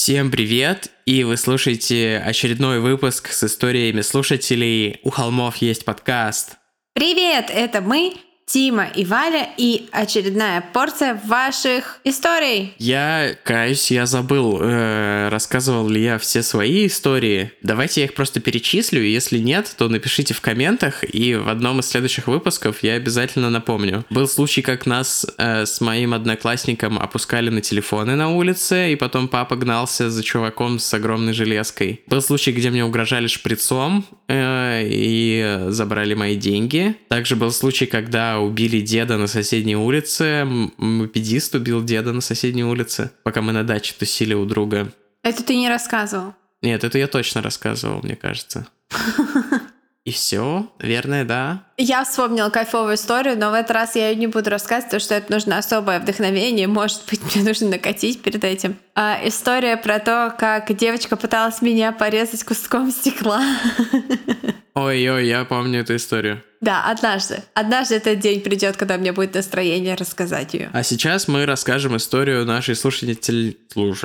Всем привет! И вы слушаете очередной выпуск с историями слушателей «У холмов есть подкаст». Привет! Это мы, Тима и Валя, и очередная порция ваших историй. Я каюсь, я забыл, рассказывал ли я все свои истории. Давайте я их просто перечислю, и если нет, то напишите в комментах, и в одном из следующих выпусков я обязательно напомню. Был случай, как нас с моим одноклассником опускали на телефоны на улице, и потом папа гнался за чуваком с огромной железкой. Был случай, где мне угрожали шприцом и забрали мои деньги. Также был случай, когда убили деда на соседней улице. Мопедист убил деда на соседней улице, пока мы на даче тусили у друга. Это ты не рассказывал? Нет, это я точно рассказывал, мне кажется. И все, наверное, да. Я вспомнила кайфовую историю, но в этот раз я ее не буду рассказывать, потому что это нужно особое вдохновение. Может быть, мне нужно накатить перед этим. История про то, как девочка пыталась меня порезать куском стекла. Ой-ой, я помню эту историю. Да, однажды. Однажды этот день придет, когда у меня будет настроение рассказать ее. А сейчас мы расскажем историю нашей слушательницы,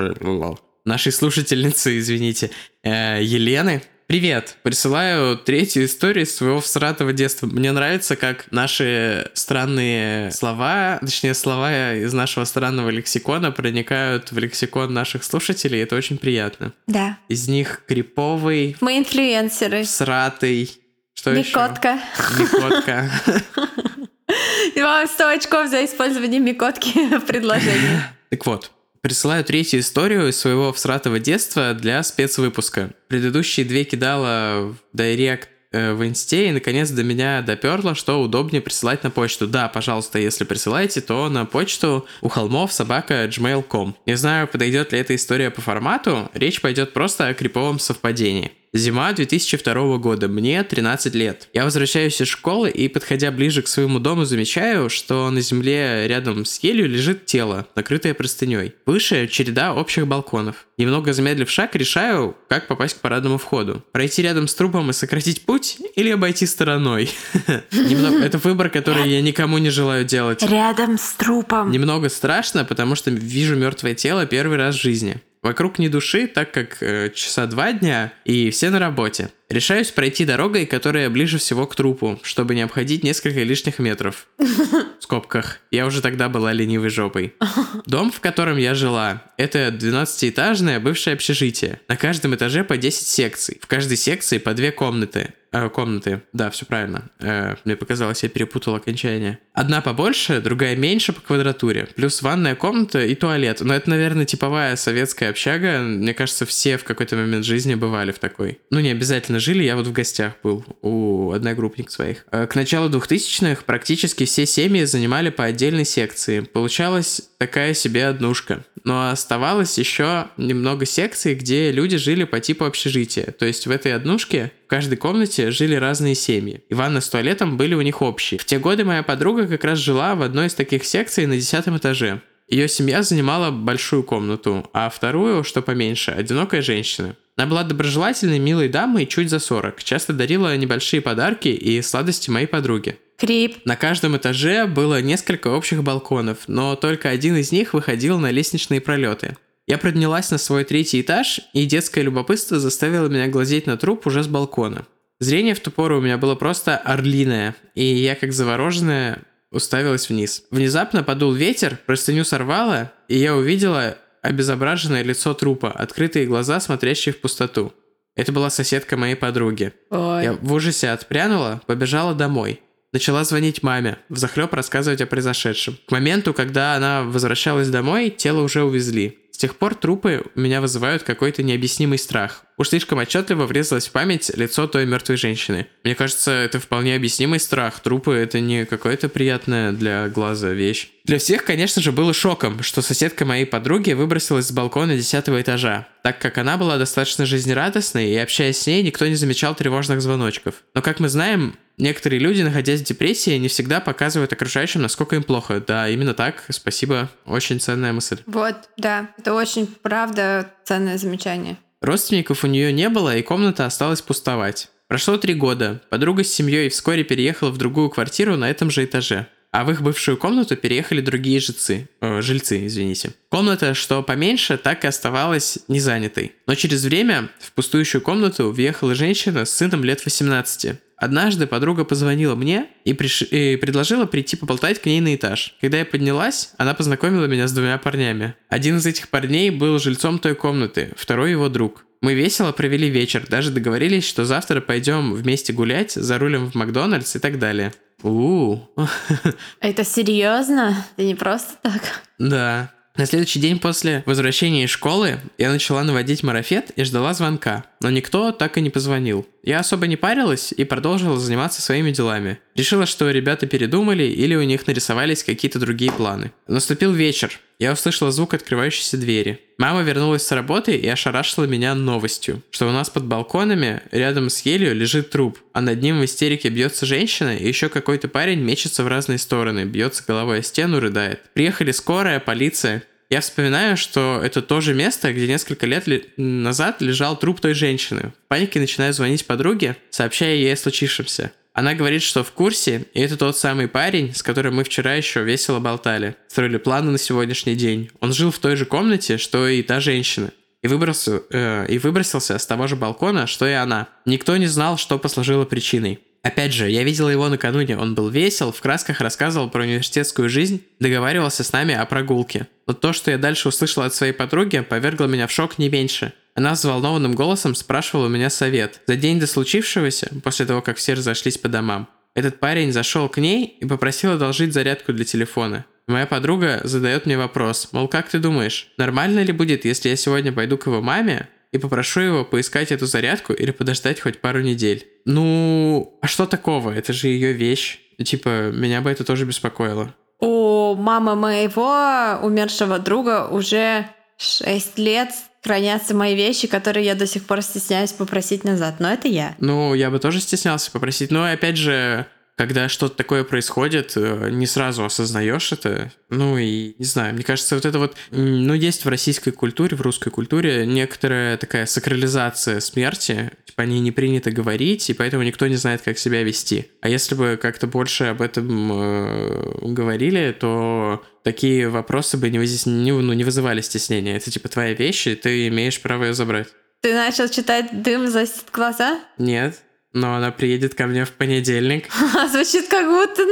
извините, Елены. Привет! Присылаю третью историю из своего всратого детства. Мне нравится, как наши странные слова, точнее слова из нашего странного лексикона проникают в лексикон наших слушателей. Это очень приятно. Да. Из них криповый, мы инфлюенсеры. Всратый. Что Микотка. еще? Микотка. И вам 100 очков за использование микотки в предложении. Так вот. Присылаю третью историю из своего всратого детства для спецвыпуска. Предыдущие две кидала в директ в инсте, и наконец до меня доперло, что удобнее присылать на почту. Да, пожалуйста, если присылаете, то на почту ухолмов@gmail.com. Не знаю, подойдет ли эта история по формату, речь пойдет просто о криповом совпадении. Зима 2002 года, мне 13 лет. Я возвращаюсь из школы и, подходя ближе к своему дому, замечаю, что на земле рядом с елью лежит тело, накрытое простыней. Выше череда общих балконов. Немного замедлив шаг, решаю, как попасть к парадному входу. Пройти рядом с трупом и сократить путь или обойти стороной? Это выбор, который я никому не желаю делать. Рядом с трупом. Немного страшно, потому что вижу мертвое тело первый раз в жизни. Вокруг ни души, так как часа 2 дня, и все на работе. Решаюсь пройти дорогой, которая ближе всего к трупу, чтобы не обходить несколько лишних метров. В скобках. Я уже тогда была ленивой жопой. Дом, в котором я жила, это 12-этажное бывшее общежитие. На каждом этаже по 10 секций. В каждой секции по 2 комнаты. Да, все правильно. Мне показалось, я перепутал окончание. Одна побольше, другая меньше по квадратуре. Плюс ванная комната и туалет. Но это, наверное, типовая советская общага. Мне кажется, все в какой-то момент жизни бывали в такой. Ну, не обязательно жили, я вот в гостях был у одногруппников своих. К началу 2000-х практически все семьи занимали по отдельной секции. Получалась такая себе однушка. Но оставалось еще немного секций, где люди жили по типу общежития. То есть в этой однушке в каждой комнате жили разные семьи. И ванна с туалетом были у них общие. В те годы моя подруга как раз жила в одной из таких секций на 10-м этаже. Ее семья занимала большую комнату, а вторую, что поменьше, одинокая женщина. Она была доброжелательной, милой дамой чуть за 40. Часто дарила небольшие подарки и сладости моей подруге. Крип. На каждом этаже было несколько общих балконов, но только один из них выходил на лестничные пролеты. Я поднялась на свой 3-й этаж, и детское любопытство заставило меня глазеть на труп уже с балкона. Зрение в ту пору у меня было просто орлиное, и я, как завороженная, уставилась вниз. Внезапно подул ветер, простыню сорвало, и я увидела обезображенное лицо трупа, открытые глаза, смотрящие в пустоту. Это была соседка моей подруги. Ой. Я в ужасе отпрянула, побежала домой. Начала звонить маме, взахлеб рассказывать о произошедшем. К моменту, когда она возвращалась домой, тело уже увезли. С тех пор трупы у меня вызывают какой-то необъяснимый страх. Уж слишком отчетливо врезалось в память лицо той мертвой женщины. Мне кажется, это вполне объяснимый страх. Трупы — это не какая-то приятная для глаза вещь. Для всех, конечно же, было шоком, что соседка моей подруги выбросилась с балкона 10-го этажа, так как она была достаточно жизнерадостной, и, общаясь с ней, никто не замечал тревожных звоночков. Но, как мы знаем, некоторые люди, находясь в депрессии, не всегда показывают окружающим, насколько им плохо. Да, именно так. Спасибо. Очень ценная мысль. Вот, да. Это очень, правда, ценное замечание. Родственников у нее не было, и комната осталась пустовать. Прошло 3 года. Подруга с семьей вскоре переехала в другую квартиру на этом же этаже. а в их бывшую комнату переехали другие жильцы. Комната, что поменьше, так и оставалась незанятой. Но через время в пустующую комнату въехала женщина с сыном лет 18. Однажды подруга позвонила мне и предложила прийти поболтать к ней на этаж. Когда я поднялась, она познакомила меня с 2 парнями. Один из этих парней был жильцом той комнаты, второй его друг. Мы весело провели вечер, даже договорились, что завтра пойдем вместе гулять за рулем в Макдональдс и так далее. Это серьезно? Это не просто так? Да. На следующий день после возвращения из школы я начала наводить марафет и ждала звонка, но никто так и не позвонил. Я особо не парилась и продолжила заниматься своими делами. Решила, что ребята передумали или у них нарисовались какие-то другие планы. Наступил вечер. Я услышала звук открывающейся двери. Мама вернулась с работы и ошарашила меня новостью, что у нас под балконами рядом с елью лежит труп, а над ним в истерике бьется женщина, и еще какой-то парень мечется в разные стороны, бьется головой о стену, рыдает. Приехали скорая, полиция. Я вспоминаю, что это то же место, где несколько лет назад лежал труп той женщины. В панике начинаю звонить подруге, сообщая ей о случившемся. Она говорит, что в курсе, и это тот самый парень, с которым мы вчера еще весело болтали. Строили планы на сегодняшний день. Он жил в той же комнате, что и та женщина. И выбросился с того же балкона, что и она. Никто не знал, что послужило причиной. Опять же, я видела его накануне, он был весел, в красках рассказывал про университетскую жизнь, договаривался с нами о прогулке. Но то, что я дальше услышала от своей подруги, повергло меня в шок не меньше. Она взволнованным голосом спрашивала у меня совет. За день до случившегося, после того, как все разошлись по домам, этот парень зашел к ней и попросил одолжить зарядку для телефона. Моя подруга задает мне вопрос, мол, как ты думаешь, нормально ли будет, если я сегодня пойду к его маме и попрошу его поискать эту зарядку или подождать хоть пару недель? Ну, а что такого? Это же ее вещь. Типа, меня бы это тоже беспокоило. У мамы моего умершего друга уже 6 лет хранятся мои вещи, которые я до сих пор стесняюсь попросить назад. Но это я. Ну, я бы тоже стеснялся попросить. Но, опять же, когда что-то такое происходит, не сразу осознаешь это. Ну и, не знаю, мне кажется, вот это вот... Ну, есть в российской культуре, в русской культуре некоторая такая сакрализация смерти. Типа, о ней не принято говорить, и поэтому никто не знает, как себя вести. А если бы как-то больше об этом говорили, то такие вопросы бы не вызывали стеснения. Это типа твоя вещь, и ты имеешь право ее забрать. Ты начал читать «Дым засит глаза»? Нет. Но она приедет ко мне в понедельник. Звучит как будто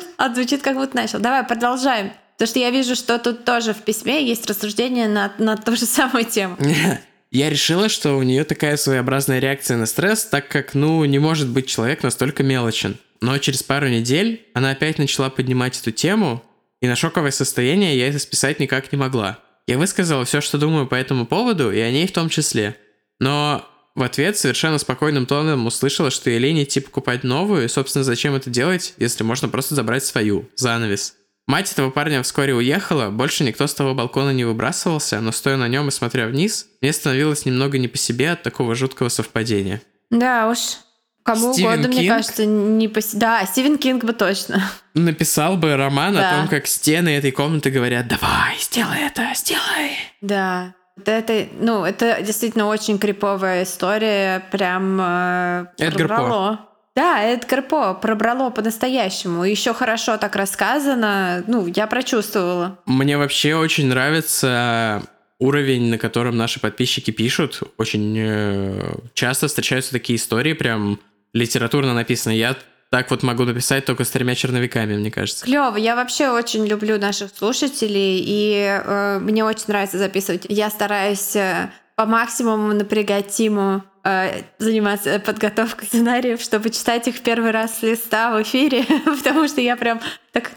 начал. Давай, продолжаем. Потому что я вижу, что тут тоже в письме есть рассуждение на ту же самую тему. Я решила, что у нее такая своеобразная реакция на стресс, так как, не может быть человек настолько мелочен. Но через пару недель она опять начала поднимать эту тему, и на шоковое состояние я это списать никак не могла. Я высказала все, что думаю по этому поводу, и о ней в том числе. Но в ответ совершенно спокойным тоном услышала, что ей лень идти покупать новую, и, собственно, зачем это делать, если можно просто забрать свою. Занавес. Мать этого парня вскоре уехала, больше никто с того балкона не выбрасывался, но стоя на нем и смотря вниз, мне становилось немного не по себе от такого жуткого совпадения. Да уж. Кому угодно, мне кажется, не по себе. Да, Стивен Кинг бы точно. Написал бы роман о том, как стены этой комнаты говорят: «Давай, сделай это, сделай». Да. Это действительно очень криповая история, прям Эдгар По. Да, Эдгар По пробрало по-настоящему. Еще хорошо так рассказано, я прочувствовала. Мне вообще очень нравится уровень, на котором наши подписчики пишут. Очень часто встречаются такие истории, прям литературно написанные. Я так вот могу написать только с 3 черновиками, мне кажется. Клево. Я вообще очень люблю наших слушателей, и мне очень нравится записывать. Я стараюсь по максимуму напрягать Тиму, заниматься подготовкой сценариев, чтобы читать их первый раз с листа в эфире, потому что я прям так...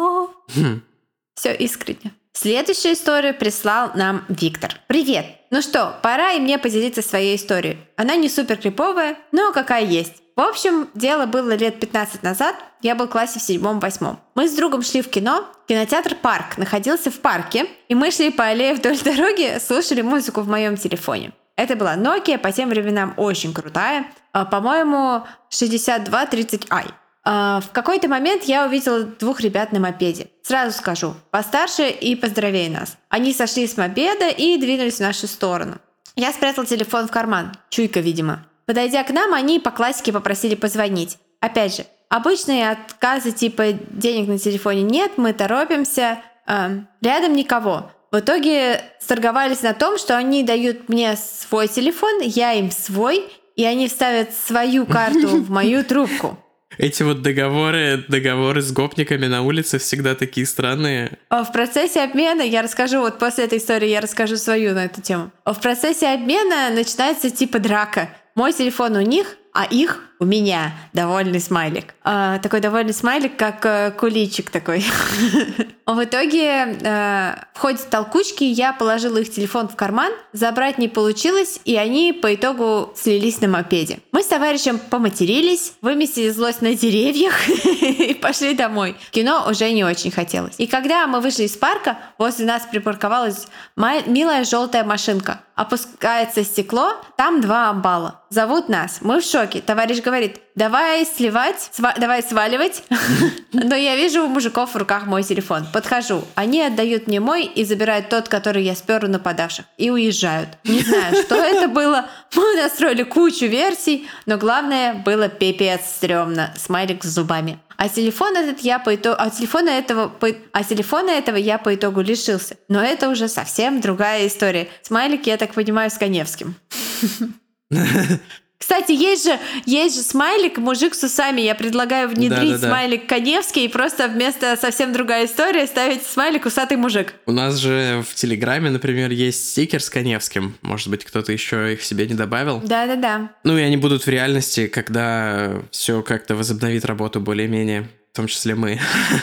Все искренне. Следующую историю прислал нам Виктор. Привет! Ну что, пора и мне поделиться своей историей. Она не супер криповая, но какая есть. В общем, дело было лет 15 назад, я был в классе в 7-8. Мы с другом шли в кино, кинотеатр «Парк» находился в парке, и мы шли по аллее вдоль дороги, слушали музыку в моем телефоне. Это была Nokia, по тем временам очень крутая, по-моему, 6230i. В какой-то момент я увидела 2 ребят на мопеде. Сразу скажу, постарше и поздоровее нас. Они сошли с мопеда и двинулись в нашу сторону. Я спрятал телефон в карман, чуйка, видимо. Подойдя к нам, они по классике попросили позвонить. Опять же, Обычные отказы типа денег на телефоне нет, мы торопимся, рядом никого. В итоге сторговались на том, что они дают мне свой телефон, я им свой, и они вставят свою карту в мою трубку. Эти вот договоры с гопниками на улице всегда такие странные. В процессе обмена, я расскажу, вот после этой истории я расскажу свою на эту тему. В процессе обмена начинается типа драка. Мой телефон у них, а их у меня. Довольный смайлик. Такой довольный смайлик, как куличик такой. В итоге в ходе толкучки я положила их телефон в карман, забрать не получилось, и они по итогу слились на мопеде. Мы с товарищем поматерились, выместили злость на деревьях и пошли домой. Кино уже не очень хотелось. И когда мы вышли из парка, возле нас припарковалась милая желтая машинка. Опускается стекло, там 2 амбала. Зовут нас. Мы в шоке. Товарищ говорит: давай сваливать. Но я вижу у мужиков в руках мой телефон. Подхожу. Они отдают мне мой и забирают тот, который я сперла у нападавших. И уезжают. Не знаю, что это было. Мы настроили кучу версий, но главное, было пипец стрёмно. Смайлик с зубами. А телефона этого я по итогу лишился. Но это уже совсем другая история. Смайлик, я так понимаю, с Каневским. Кстати, есть же смайлик «Мужик с усами». Я предлагаю внедрить смайлик Каневский и просто вместо «совсем другая история» ставить смайлик «усатый мужик». У нас же в Телеграме, например, есть стикер с Каневским. Может быть, кто-то еще их себе не добавил? Да. Ну и они будут в реальности, когда все как-то возобновит работу более-менее, в том числе мы.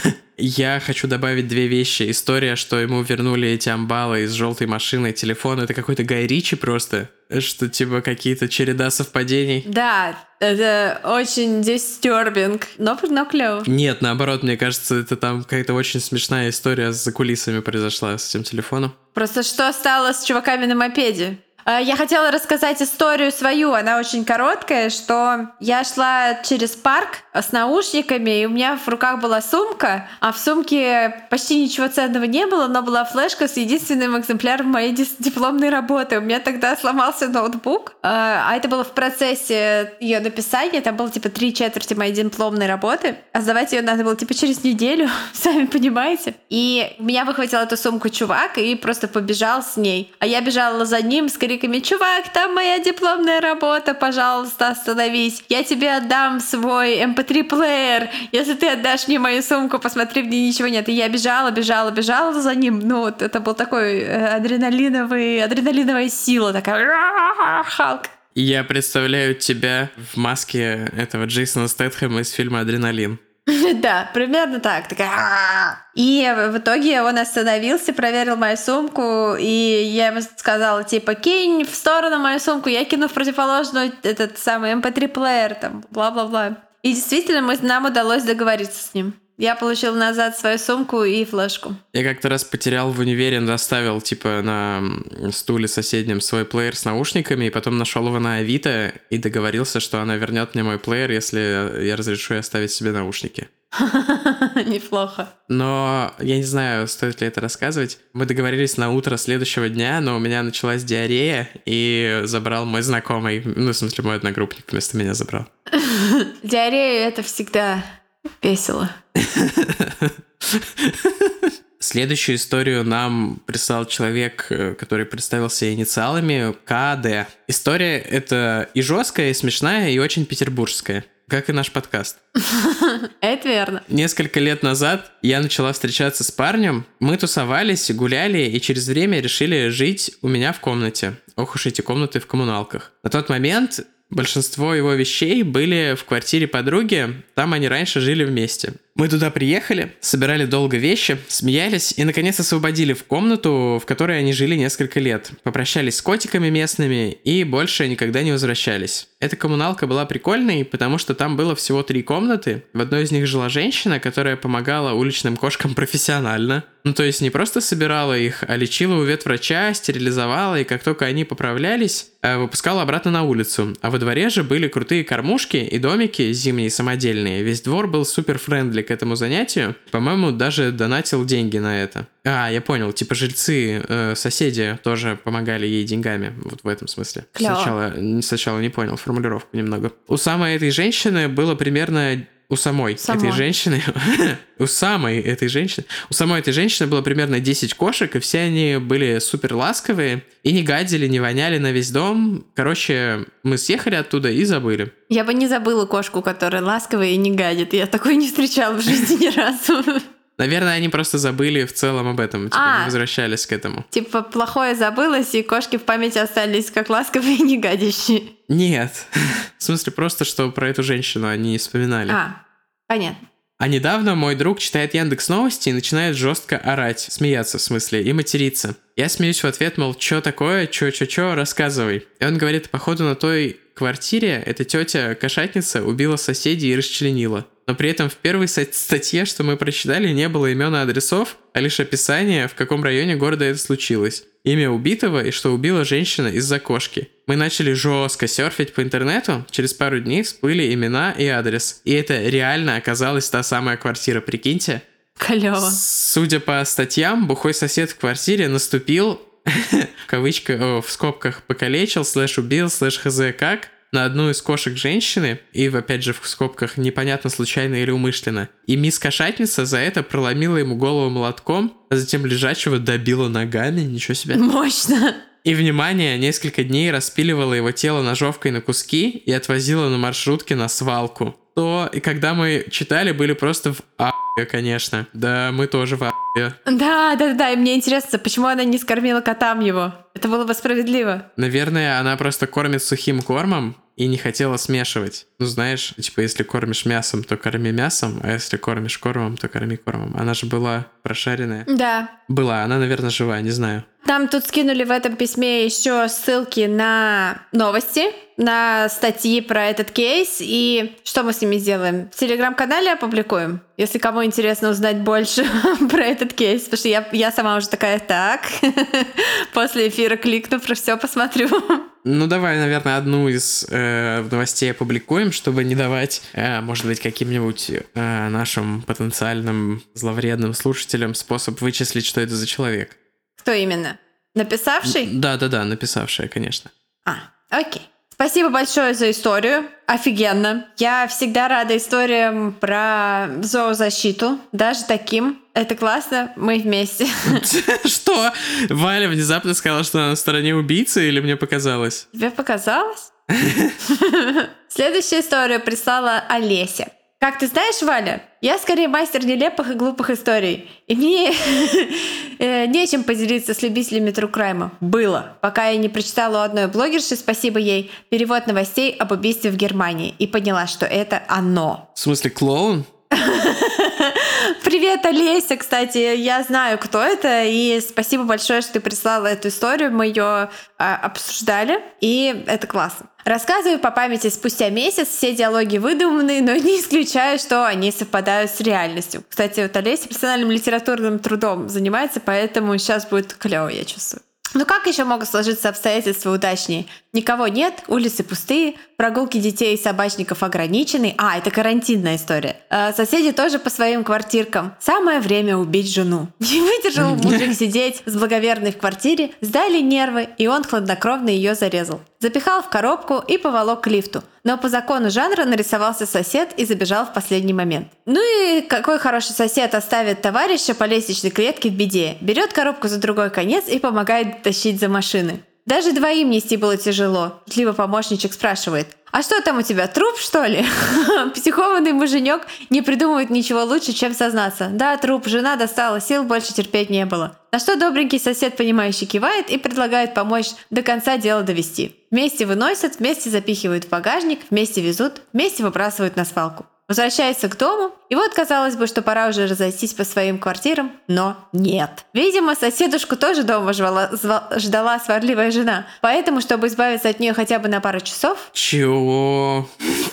Я хочу добавить 2 вещи. История, что ему вернули эти амбалы из желтой машины, телефон. Это какой-то Гай Ричи просто. Что типа какие-то череда совпадений. Да, это очень disturbing, но клево. Нет, наоборот, мне кажется, это там какая-то очень смешная история за кулисами произошла с этим телефоном. Просто что стало с чуваками на мопеде? Я хотела рассказать историю свою, она очень короткая, что я шла через парк с наушниками, и у меня в руках была сумка, а в сумке почти ничего ценного не было, но была флешка с единственным экземпляром моей дипломной работы. У меня тогда сломался ноутбук, а это было в процессе ее написания, там было типа 3/4 моей дипломной работы, а сдавать ее надо было типа через неделю, сами понимаете. И меня выхватил эту сумку чувак и просто побежал с ней, а я бежала за ним с криками: «Чувак, там моя дипломная работа, пожалуйста, остановись. Я тебе отдам свой MP3-плеер. Если ты отдашь мне мою сумку, посмотри, в ней ничего нет». И я бежала за ним. Ну, вот это был такой адреналиновая сила, такая Халк. И я представляю тебя в маске этого Джейсона Стэтхэма из фильма «Адреналин». Да, примерно так. Такая. И в итоге он остановился, проверил мою сумку, и я ему сказала, типа, кинь в сторону мою сумку, я кину в противоположную этот самый MP3-плеер, там, бла-бла-бла. И действительно, нам удалось договориться с ним. Я получила назад свою сумку и флешку. Я как-то раз потерял в универе, оставил типа на стуле соседнем свой плеер с наушниками, и потом нашел его на Авито и договорился, что она вернет мне мой плеер, если я разрешу ей оставить себе наушники. Неплохо. Но я не знаю, стоит ли это рассказывать. Мы договорились на утро следующего дня, но у меня началась диарея, и забрал мой знакомый, ну, в смысле, мой одногруппник вместо меня забрал. Диарея — это всегда весело. Следующую историю нам прислал человек, который представился инициалами КД. История эта и жесткая, и смешная, и очень петербургская. Как и наш подкаст. Это верно. Несколько лет назад я начала встречаться с парнем. Мы тусовались, гуляли, и через время решили жить у меня в комнате. Ох уж эти комнаты в коммуналках. На тот момент большинство его вещей были в квартире подруги, там они раньше жили вместе. Мы туда приехали, собирали долго вещи, смеялись и, наконец, освободили в комнату, в которой они жили несколько лет. Попрощались с котиками местными и больше никогда не возвращались. Эта коммуналка была прикольной, потому что там было всего 3 комнаты. В одной из них жила женщина, которая помогала уличным кошкам профессионально. Ну, то есть не просто собирала их, а лечила у ветврача, стерилизовала, и как только они поправлялись, выпускала обратно на улицу. А во дворе же были крутые кормушки и домики зимние самодельные. Весь двор был супер-френдли к этому занятию. По-моему, даже донатил деньги на это. Я понял, типа жильцы, соседи тоже помогали ей деньгами, вот в этом смысле. Сначала не понял формулировку немного. У самой этой женщины было примерно у самой этой женщины, у самой этой женщины было примерно 10 кошек, и все они были супер ласковые, и не гадили, не воняли на весь дом. Короче, мы съехали оттуда и забыли. Я бы не забыла кошку, которая ласковая и не гадит. Я такой не встречала в жизни ни разу. Наверное, они просто забыли в целом об этом, типа не возвращались к этому. Типа плохое забылось, и кошки в памяти остались как ласковые и не гадящие. Нет. В смысле, просто что про эту женщину они не вспоминали. Понятно. А недавно мой друг читает Яндекс.Новости и начинает жестко орать, смеяться в смысле, и материться. Я смеюсь в ответ, мол, чё такое, чё, рассказывай. И он говорит, походу на той квартире эта тетя-кошатница убила соседей и расчленила. Но при этом в первой статье, что мы прочитали, не было имен и адресов, а лишь описание, в каком районе города это случилось. Имя убитого и что убила женщина из-за кошки. Мы начали жестко серфить по интернету, через пару дней всплыли имена и адрес. И это реально оказалась та самая квартира, прикиньте. Клево. Судя по статьям, бухой сосед в квартире наступил, в скобках, покалечил, /убил, /хз как, на одну из кошек женщины, и опять же в скобках непонятно случайно или умышленно. И мисс-кошатница за это проломила ему голову молотком, а затем лежачего добила ногами, ничего себе. Мощно. И, внимание, несколько дней распиливала его тело ножовкой на куски и отвозила на маршрутке на свалку. И когда мы читали, были просто в а**е, конечно. Да, мы тоже в а**е. Да, и мне интересно, почему она не скормила котам его? Это было бы справедливо. Наверное, она просто кормит сухим кормом и не хотела смешивать. Ну, знаешь, типа, если кормишь мясом, то корми мясом, а если кормишь кормом, то корми кормом. Она же была прошаренная. Да. Была, она, наверное, жива, не знаю. Там тут скинули в этом письме еще ссылки на новости, на статьи про этот кейс, и что мы с ними сделаем? В Телеграм-канале опубликуем, если кому интересно узнать больше про этот кейс, потому что я сама уже такая, так, после эфира кликну, про все посмотрю. Ну, давай, наверное, одну из новостей опубликуем, чтобы не давать, может быть, каким-нибудь нашим потенциальным зловредным слушателям способ вычислить, что это за человек. Кто именно? Написавший? Да, написавшая, конечно. Окей. Спасибо большое за историю. Офигенно. Я всегда рада историям про зоозащиту. Даже таким. Это классно. Мы вместе. Что? Валя внезапно сказала, что она на стороне убийцы, или мне показалось? Тебе показалось? Следующую историю прислала Олеся. Как ты знаешь, Валя, я скорее мастер нелепых и глупых историй. И мне нечем поделиться с любителями True Crime. Было, пока я не прочитала у одной блогерши, спасибо ей, перевод новостей об убийстве в Германии. И поняла, что это оно. В смысле, клоун? Привет, Олеся, кстати, я знаю, кто это, и спасибо большое, что ты прислала эту историю, мы ее обсуждали, и это классно. Рассказываю по памяти спустя месяц, все диалоги выдуманные, но не исключаю, что они совпадают с реальностью. Кстати, вот Олеся профессиональным литературным трудом занимается, поэтому сейчас будет клево, я чувствую. Ну как еще могут сложиться обстоятельства удачнее? Никого нет, улицы пустые, прогулки детей и собачников ограничены. Это карантинная история. Соседи тоже по своим квартиркам. Самое время убить жену. Не выдержал мужик сидеть с благоверной в квартире, сдали нервы, и он хладнокровно ее зарезал. Запихал в коробку и поволок к лифту. Но по закону жанра нарисовался сосед и забежал в последний момент. Ну и какой хороший сосед оставит товарища по лестничной клетке в беде. Берет коробку за другой конец и помогает тащить за машины. Даже двоим нести было тяжело. Шутливо помощничек спрашивает: «А что там у тебя, труп, что ли?» Психованный муженек не придумывает ничего лучше, чем сознаться. Да, труп, жена достала, сил больше терпеть не было. На что добренький сосед, понимающий, кивает и предлагает помочь до конца дела довести. Вместе выносят, вместе запихивают в багажник, вместе везут, вместе выбрасывают на свалку. Возвращается к дому, и вот казалось бы, что пора уже разойтись по своим квартирам, но нет. Видимо, соседушку тоже дома ждала сварливая жена, поэтому, чтобы избавиться от нее хотя бы на пару часов... Чего?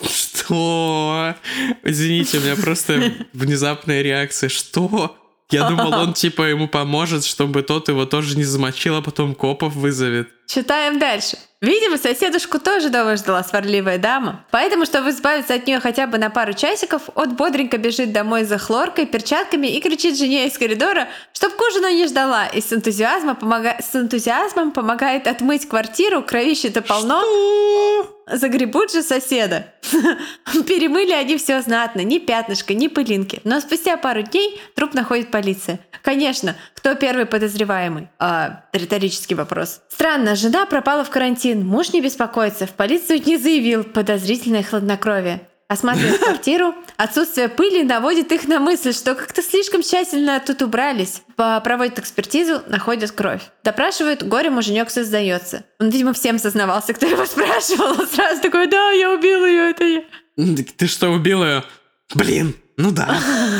Что? Извините, у меня просто внезапная реакция. Что? Я думал, он типа ему поможет, чтобы тот его тоже не замочил, а потом копов вызовет. Читаем дальше. Видимо, соседушку тоже дома ждала сварливая дама. Поэтому, чтобы избавиться от нее хотя бы на пару часиков, он бодренько бежит домой за хлоркой, перчатками и кричит жене из коридора, чтоб к ужину не ждала, и с энтузиазмом помогает отмыть квартиру, кровище-то полно. Что? загребут же соседа. Перемыли они все знатно, ни пятнышка, ни пылинки. Но спустя пару дней труп находит полиция. Конечно, кто первый подозреваемый? Риторический вопрос. Странно, жена пропала в карантин, муж не беспокоится, в полицию не заявил, подозрительное хладнокровие. Осматривают квартиру, отсутствие пыли наводит их на мысль, что как-то слишком тщательно тут убрались. Проводят экспертизу, находят кровь. Допрашивают, горе-муженек сознается. Он, видимо, всем сознавался, кто его спрашивал. Он сразу такой: да, я убил ее, это я. Ты что, убил ее? Блин, ну да.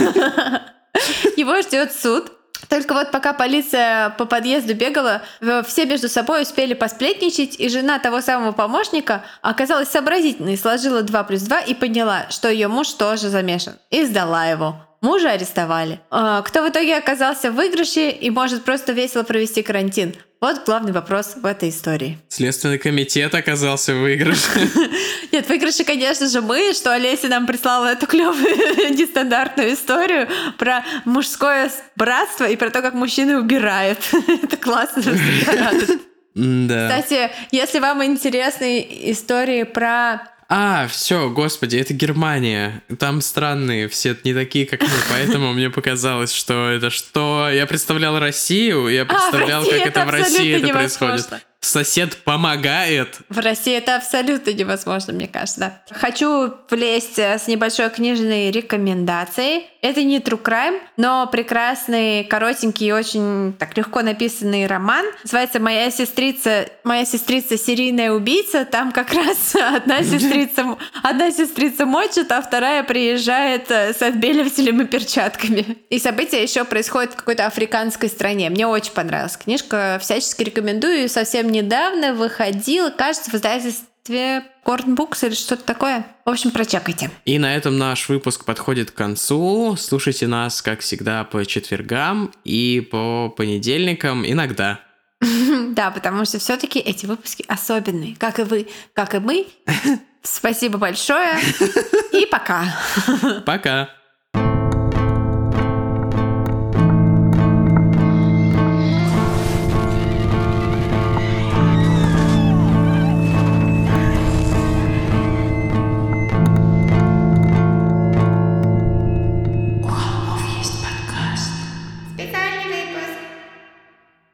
Его ждет суд. Только вот пока полиция по подъезду бегала, все между собой успели посплетничать, и жена того самого помощника оказалась сообразительной, сложила 2 + 2 и поняла, что ее муж тоже замешан, и сдала его. Мужа арестовали. Кто в итоге оказался в выигрыше и может просто весело провести карантин? Вот главный вопрос в этой истории. Следственный комитет оказался в выигрыше. Нет, в выигрыше, конечно же, мы, что Олеся нам прислала эту клевую нестандартную историю про мужское братство и про то, как мужчины убирают. Это классно. Да. Кстати, если вам интересны истории про... Все, господи, это Германия. Там странные, все не такие, как мы, поэтому мне показалось, что это что... Я представлял Россию, я представлял, как это в России это происходит. Сосед помогает. В России это абсолютно невозможно, мне кажется. Хочу влезть с небольшой книжной рекомендацией. Это не true crime, но прекрасный, коротенький и очень так легко написанный роман. Называется «Моя сестрица серийная убийца». Там как раз одна сестрица мочит, а вторая приезжает с отбеливателем и перчатками. И события еще происходят в какой-то африканской стране. Мне очень понравилась книжка. Всячески рекомендую. Совсем недавно выходила, кажется, в издательстве Корн Букс или что-то такое. В общем, прочекайте. И на этом наш выпуск подходит к концу. Слушайте нас, как всегда, по четвергам и по понедельникам иногда. Да, потому что все-таки эти выпуски особенные. Как и вы, как и мы. Спасибо большое. И пока. Пока.